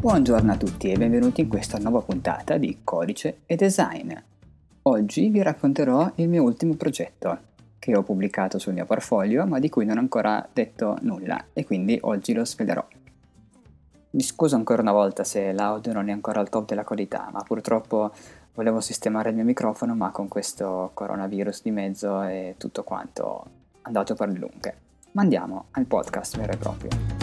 Buongiorno a tutti e benvenuti in questa nuova puntata di Codice e Design. Oggi vi racconterò il mio ultimo progetto, che ho pubblicato sul mio portfolio ma di cui non ho ancora detto nulla e quindi oggi lo svelerò. Mi scuso ancora una volta se l'audio non è ancora al top della qualità, ma purtroppo volevo sistemare il mio microfono, ma con questo coronavirus di mezzo è tutto quanto andato per le lunghe. Ma andiamo al podcast vero e proprio.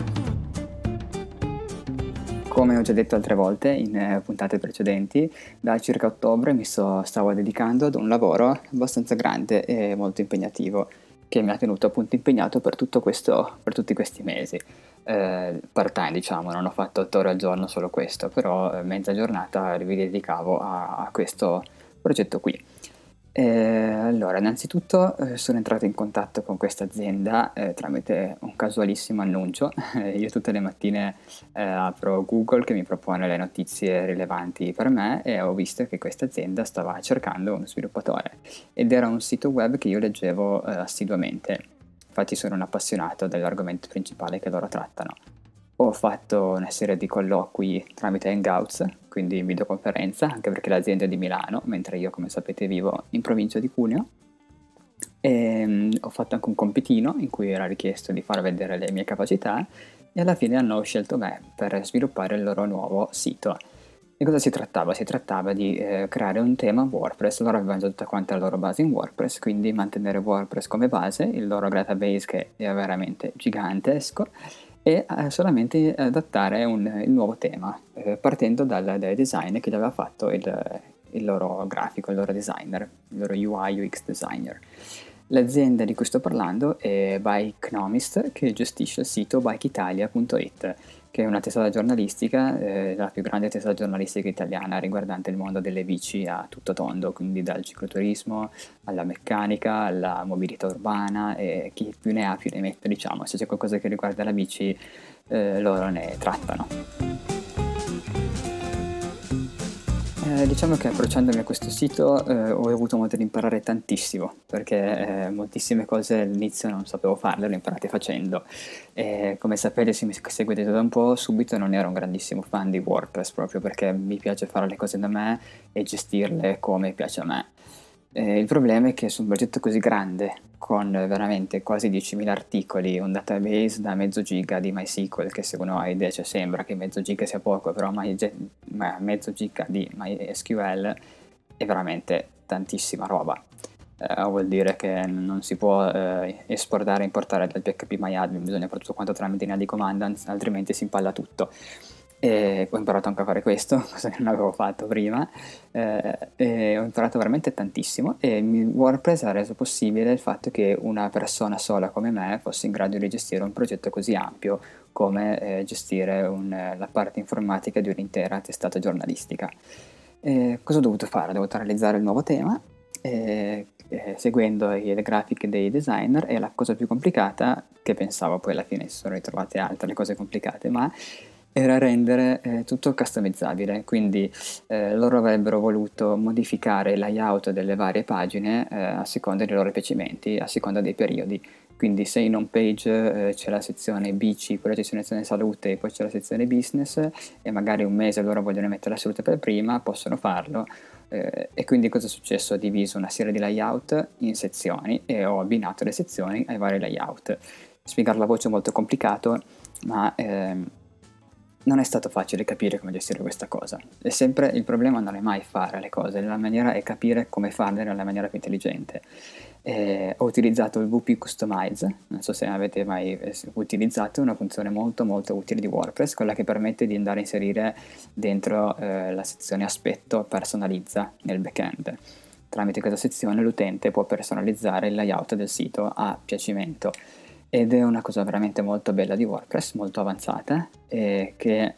Come ho già detto altre volte in puntate precedenti, da circa ottobre stavo dedicando ad un lavoro abbastanza grande e molto impegnativo, che mi ha tenuto appunto impegnato per tutti questi mesi. Part-time, diciamo, non ho fatto 8 ore al giorno solo questo, però mezza giornata vi dedicavo a questo progetto qui. Allora, innanzitutto sono entrato in contatto con questa azienda tramite un casualissimo annuncio. Io tutte le mattine apro Google che mi propone le notizie rilevanti per me e ho visto che questa azienda stava cercando uno sviluppatore ed era un sito web che io leggevo assiduamente. Infatti sono un appassionato dell'argomento principale che loro trattano. Ho fatto una serie di colloqui tramite Hangouts, quindi in videoconferenza, anche perché l'azienda è di Milano, mentre io, come sapete, vivo in provincia di Cuneo. Ho fatto anche un compitino in cui era richiesto di far vedere le mie capacità e alla fine hanno scelto me per sviluppare il loro nuovo sito. Di cosa si trattava? Si trattava di creare un tema WordPress. Loro avevano già tutta quanta la loro base in WordPress, quindi mantenere WordPress come base, il loro database che è veramente gigantesco, e solamente adattare il nuovo tema, partendo dal design che gli aveva fatto il loro grafico, il loro designer, il loro UI UX designer. L'azienda di cui sto parlando è Bikenomist, che gestisce il sito bikeitalia.it, che è una testata giornalistica, la più grande testata giornalistica italiana riguardante il mondo delle bici a tutto tondo, quindi dal cicloturismo alla meccanica, alla mobilità urbana, e chi più ne ha più ne mette, diciamo. Se c'è qualcosa che riguarda la bici, loro ne trattano. Diciamo che approcciandomi a questo sito ho avuto modo di imparare tantissimo, perché moltissime cose all'inizio non sapevo farle, le ho imparate facendo. Come sapete, se mi seguite da un po', subito non ero un grandissimo fan di WordPress, proprio perché mi piace fare le cose da me e gestirle come piace a me. Il problema è che su un progetto così grande, con veramente quasi 10.000 articoli, un database da mezzo giga di MySQL, che se uno ha idea, cioè sembra che mezzo giga sia poco, però mezzo giga di MySQL è veramente tantissima roba. Vuol dire che non si può esportare e importare dal PHP MyAdmin, bisogna fare tutto quanto tramite linea di comando, altrimenti si impalla tutto. E ho imparato anche a fare questo, cosa che non avevo fatto prima, e ho imparato veramente tantissimo e WordPress ha reso possibile il fatto che una persona sola come me fosse in grado di gestire un progetto così ampio come gestire la parte informatica di un'intera testata giornalistica. Cosa ho dovuto fare? Ho dovuto realizzare il nuovo tema seguendo le grafiche dei designer, e la cosa più complicata, che pensavo poi alla fine si sono ritrovate altre cose complicate, ma era rendere tutto customizzabile, quindi loro avrebbero voluto modificare il layout delle varie pagine a seconda dei loro piacimenti, a seconda dei periodi. Quindi se in home page c'è la sezione bici, poi c'è la sezione salute e poi c'è la sezione business, e magari un mese loro vogliono mettere la salute per prima, possono farlo. E quindi cosa è successo? Ho diviso una serie di layout in sezioni e ho abbinato le sezioni ai vari layout. Spiegarlo a voce è molto complicato, ma non è stato facile capire come gestire questa cosa. E sempre il problema non è mai fare le cose, la maniera è capire come farle nella maniera più intelligente. Ho utilizzato il WP Customize, non so se avete mai utilizzato, una funzione molto molto utile di WordPress, quella che permette di andare a inserire dentro la sezione aspetto personalizza nel backend. Tramite questa sezione l'utente può personalizzare il layout del sito a piacimento. Ed è una cosa veramente molto bella di WordPress, molto avanzata, e che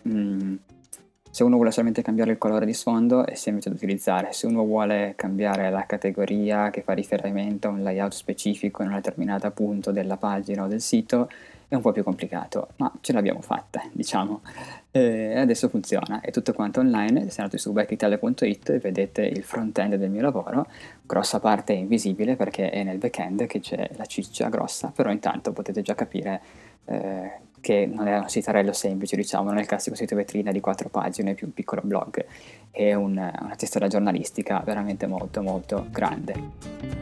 se uno vuole solamente cambiare il colore di sfondo è semplice da utilizzare. Se uno vuole cambiare la categoria che fa riferimento a un layout specifico in una determinata punto della pagina o del sito, è un po' più complicato, ma ce l'abbiamo fatta, diciamo. E adesso funziona, è tutto quanto online. Se andate su backitalia.it e vedete il front-end del mio lavoro, grossa parte è invisibile perché è nel back-end che c'è la ciccia grossa, però intanto potete già capire che non è un sitarello semplice, diciamo, non è il classico sito vetrina di 4 pagine più un piccolo blog, è una testata giornalistica veramente molto molto grande.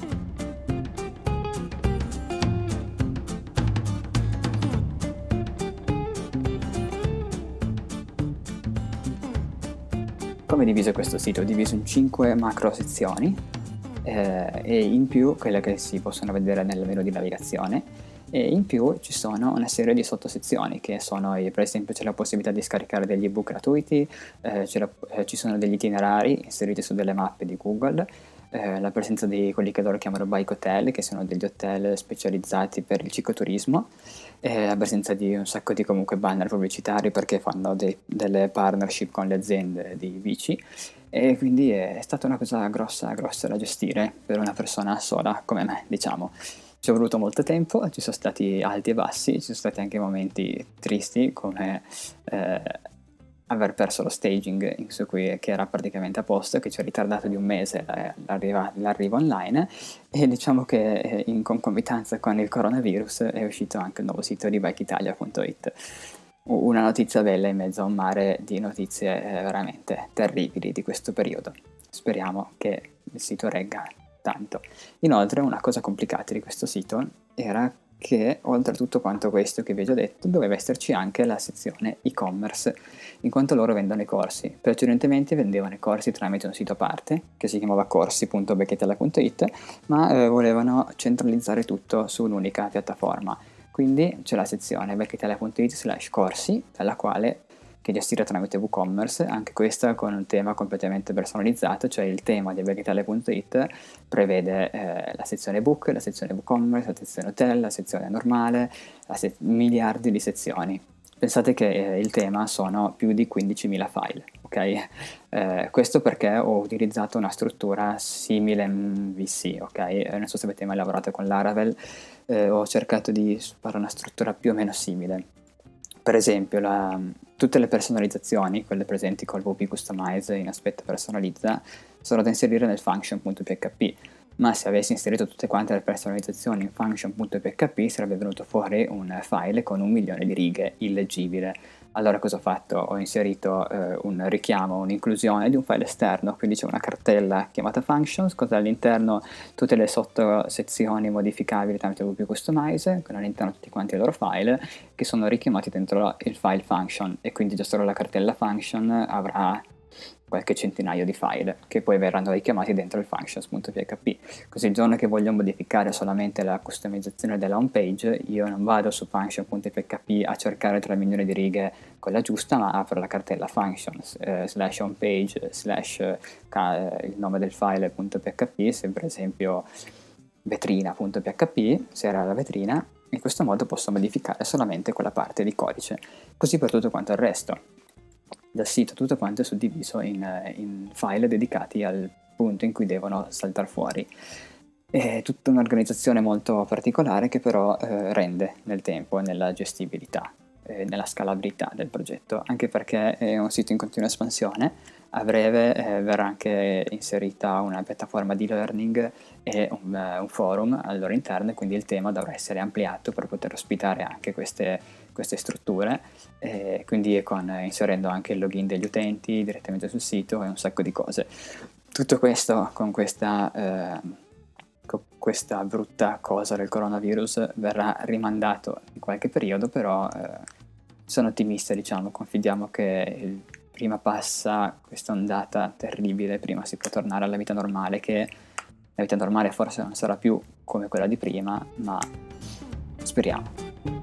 Come è diviso questo sito? È diviso in 5 macro sezioni e in più quelle che si possono vedere nel menu di navigazione, e in più ci sono una serie di sottosezioni che sono, per esempio c'è la possibilità di scaricare degli ebook gratuiti, ci sono degli itinerari inseriti su delle mappe di Google, la presenza di quelli che loro chiamano bike hotel, che sono degli hotel specializzati per il cicloturismo, la presenza di un sacco di comunque banner pubblicitari perché fanno delle partnership con le aziende di bici, e quindi è stata una cosa grossa da gestire per una persona sola come me, diciamo. Ci è voluto molto tempo, ci sono stati alti e bassi, ci sono stati anche momenti tristi come aver perso lo staging che era praticamente a posto, che ci ha ritardato di un mese l'arrivo online, e diciamo che in concomitanza con il coronavirus è uscito anche il nuovo sito di bikeitalia.it. Una notizia bella in mezzo a un mare di notizie veramente terribili di questo periodo. Speriamo che il sito regga tanto. Inoltre, una cosa complicata di questo sito era che, oltre a tutto quanto questo che vi ho già detto, doveva esserci anche la sezione e-commerce, in quanto loro vendono i corsi. Precedentemente vendevano i corsi tramite un sito a parte, che si chiamava corsi.becchettella.it, ma volevano centralizzare tutto su un'unica piattaforma. Quindi c'è la sezione becchettella.it/corsi, dalla quale che gestire tramite WooCommerce, anche questa con un tema completamente personalizzato, cioè il tema di becchettella.it prevede la sezione book, la sezione WooCommerce, la sezione hotel, la sezione normale, miliardi di sezioni. Pensate che il tema sono più di 15.000 file, ok? Questo perché ho utilizzato una struttura simile MVC, ok? Non so se avete mai lavorato con Laravel, ho cercato di fare una struttura più o meno simile. Per esempio, tutte le personalizzazioni, quelle presenti col WP Customize in aspetto personalizza, sono da inserire nel function.php, ma se avessi inserito tutte quante le personalizzazioni in function.php sarebbe venuto fuori un file con 1 milione di righe, illeggibile. Allora cosa ho fatto? Ho inserito un richiamo, un'inclusione di un file esterno, quindi c'è una cartella chiamata functions, con all'interno tutte le sottosezioni modificabili tramite WP Customize, con all'interno tutti quanti i loro file che sono richiamati dentro il file function, e quindi già solo la cartella function avrà qualche centinaio di file che poi verranno richiamati dentro il functions.php. Così il giorno che voglio modificare solamente la customizzazione della home page, io non vado su function.php a cercare tra il milione di righe quella giusta, ma apro la cartella functions /homepage/ il nome del file.php, se per esempio vetrina.php, se era la vetrina. In questo modo posso modificare solamente quella parte di codice, così per tutto quanto il resto. Dal sito tutto quanto è suddiviso in file dedicati al punto in cui devono saltare fuori. È tutta un'organizzazione molto particolare che però rende nel tempo e nella gestibilità, nella scalabilità del progetto, anche perché è un sito in continua espansione. A breve verrà anche inserita una piattaforma di learning e un forum al loro interno, e quindi il tema dovrà essere ampliato per poter ospitare anche queste strutture, quindi inserendo anche il login degli utenti direttamente sul sito e un sacco di cose. Tutto questo con questa brutta cosa del coronavirus verrà rimandato in qualche periodo, però sono ottimista, diciamo, confidiamo che prima passa questa ondata terribile, prima si può tornare alla vita normale, che la vita normale forse non sarà più come quella di prima, ma speriamo.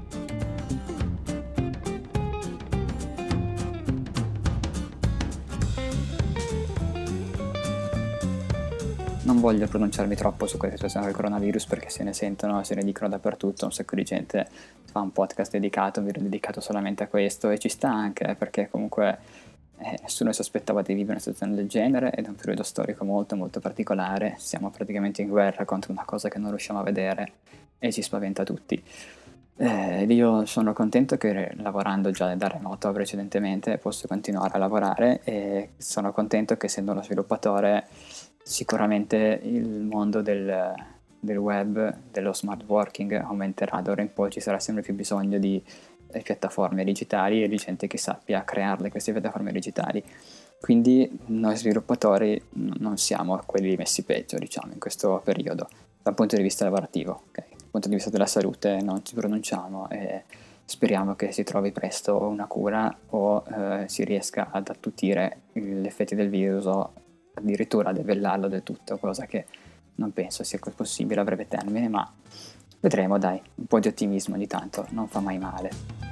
Non voglio pronunciarmi troppo su questa situazione del coronavirus perché se ne dicono dappertutto, un sacco di gente fa un podcast dedicato, un video dedicato solamente a questo, e ci sta anche perché comunque nessuno si aspettava di vivere una situazione del genere ed è un periodo storico molto molto particolare, siamo praticamente in guerra contro una cosa che non riusciamo a vedere e ci spaventa tutti. Io sono contento che lavorando già da remoto precedentemente posso continuare a lavorare, e sono contento che, essendo uno sviluppatore, sicuramente il mondo del web, dello smart working aumenterà. D'ora in poi ci sarà sempre più bisogno di piattaforme digitali e di gente che sappia crearle queste piattaforme digitali. Quindi noi sviluppatori non siamo quelli messi peggio, diciamo, in questo periodo, dal punto di vista lavorativo. Okay? Dal punto di vista della salute non ci pronunciamo e speriamo che si trovi presto una cura o si riesca ad attutire gli effetti del virus o addirittura a debellarlo del tutto, cosa che non penso sia possibile a breve termine, ma vedremo, dai, un po' di ottimismo ogni tanto non fa mai male.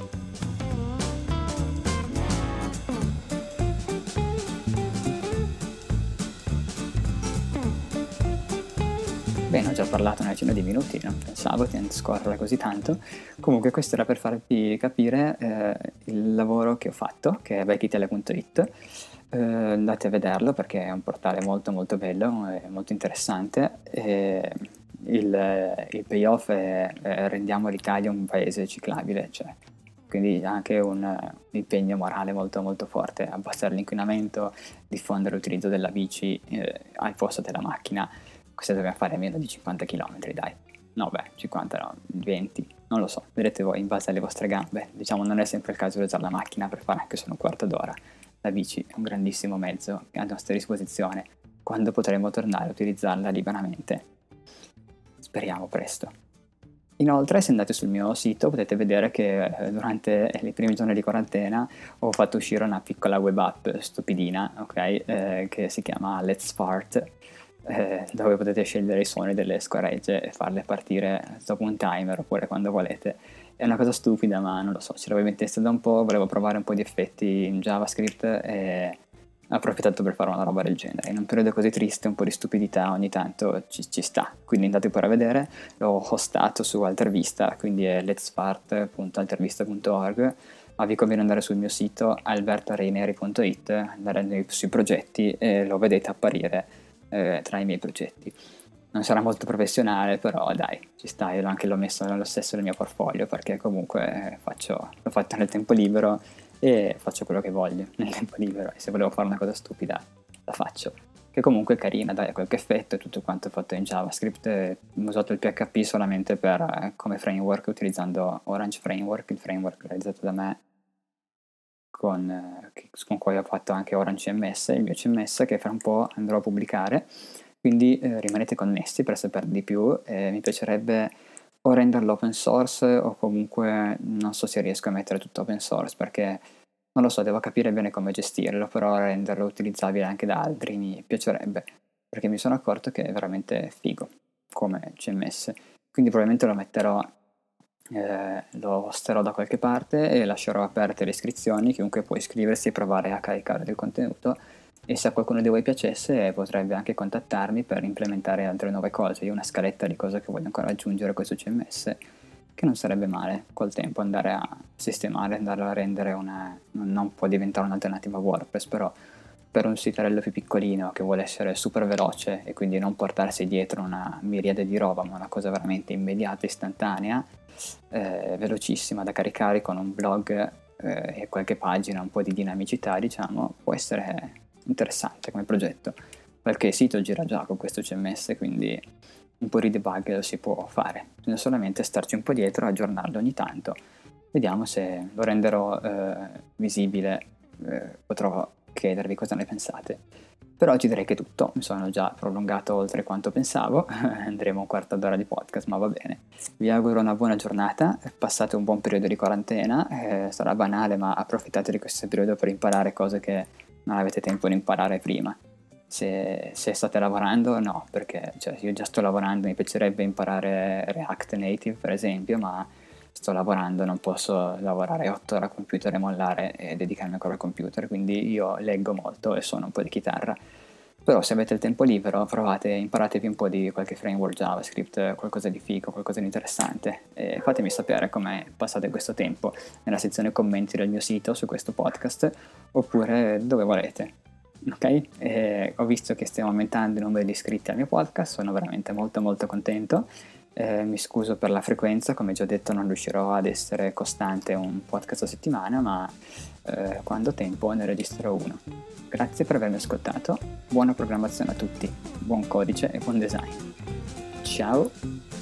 Bene, ho già parlato una decina di minuti, non pensavo di scorrere così tanto. Comunque questo era per farvi capire il lavoro che ho fatto, che è vecchitele.it. Andate a vederlo perché è un portale molto molto bello e molto interessante. E il payoff è rendiamo l'Italia un paese ciclabile, cioè, quindi anche un impegno morale molto molto forte, abbassare l'inquinamento, diffondere l'utilizzo della bici al posto della macchina. Questa dobbiamo fare meno di 50 km, dai. No, beh, 50 no, 20, non lo so, vedrete voi in base alle vostre gambe. Diciamo, non è sempre il caso di usare la macchina per fare anche solo un quarto d'ora. La bici è un grandissimo mezzo a nostra disposizione, quando potremo tornare a utilizzarla liberamente. Speriamo presto. Inoltre, se andate sul mio sito potete vedere che durante i primi giorni di quarantena ho fatto uscire una piccola web app stupidina, ok? Che si chiama Let's Fart, dove potete scegliere i suoni delle scoregge e farle partire dopo un timer oppure quando volete. È una cosa stupida, ma non lo so, ce l'avevo in testa da un po', volevo provare un po' di effetti in JavaScript e ho approfittato per fare una roba del genere. In un periodo così triste un po' di stupidità ogni tanto ci sta, quindi andate pure a vedere. L'ho hostato su Altervista, quindi è letsfart.altervista.org, ma vi conviene andare sul mio sito albertoreineri.it, andare sui progetti e lo vedete apparire tra i miei progetti. Non sarà molto professionale, però dai, ci sta, io anche l'ho messo nello stesso nel mio portfolio perché comunque l'ho fatto nel tempo libero e faccio quello che voglio nel tempo libero, e se volevo fare una cosa stupida la faccio, che comunque è carina, dai, ha qualche effetto e tutto quanto è fatto in JavaScript. Ho usato il PHP solamente come framework utilizzando Orange Framework, il framework realizzato da me con cui ho fatto anche Orange CMS, il mio CMS che fra un po' andrò a pubblicare, quindi rimanete connessi per saperne di più. Mi piacerebbe o renderlo open source o comunque non so se riesco a mettere tutto open source perché non lo so, devo capire bene come gestirlo, però renderlo utilizzabile anche da altri mi piacerebbe, perché mi sono accorto che è veramente figo come CMS, quindi probabilmente lo metterò, lo hosterò da qualche parte e lascerò aperte le iscrizioni, chiunque può iscriversi e provare a caricare del contenuto, e se a qualcuno di voi piacesse potrebbe anche contattarmi per implementare altre nuove cose. Io ho una scaletta di cose che voglio ancora aggiungere a questo CMS, che non sarebbe male col tempo andare a sistemare, andare a rendere non può diventare un'alternativa a WordPress, però per un sitarello più piccolino che vuole essere super veloce e quindi non portarsi dietro una miriade di roba, ma una cosa veramente immediata, istantanea, velocissima da caricare con un blog e qualche pagina, un po' di dinamicità, diciamo, può essere interessante come progetto. Qualche sito gira già con questo CMS, quindi un po' di debug lo si può fare, bisogna solamente starci un po' dietro, aggiornarlo ogni tanto. Vediamo se lo renderò visibile, potrò chiedervi cosa ne pensate. Per oggi direi che è tutto, mi sono già prolungato oltre quanto pensavo, andremo un quarto d'ora di podcast, ma va bene. Vi auguro una buona giornata, passate un buon periodo di quarantena, sarà banale ma approfittate di questo periodo per imparare cose che non avete tempo di imparare prima. Se state lavorando, no, perché io già sto lavorando, mi piacerebbe imparare React Native per esempio, ma sto lavorando, non posso lavorare 8 ore al computer e mollare e dedicarmi ancora al computer, quindi io leggo molto e suono un po' di chitarra. Però se avete il tempo libero imparatevi un po' di qualche framework JavaScript, qualcosa di figo, qualcosa di interessante, e fatemi sapere come passate questo tempo nella sezione commenti del mio sito su questo podcast oppure dove volete. Ok? Ho visto che stiamo aumentando il numero di iscritti al mio podcast, sono veramente molto molto contento. Mi scuso per la frequenza, come già detto non riuscirò ad essere costante un podcast a settimana, ma quando ho tempo ne registrerò uno. Grazie per avermi ascoltato, buona programmazione a tutti, buon codice e buon design. Ciao!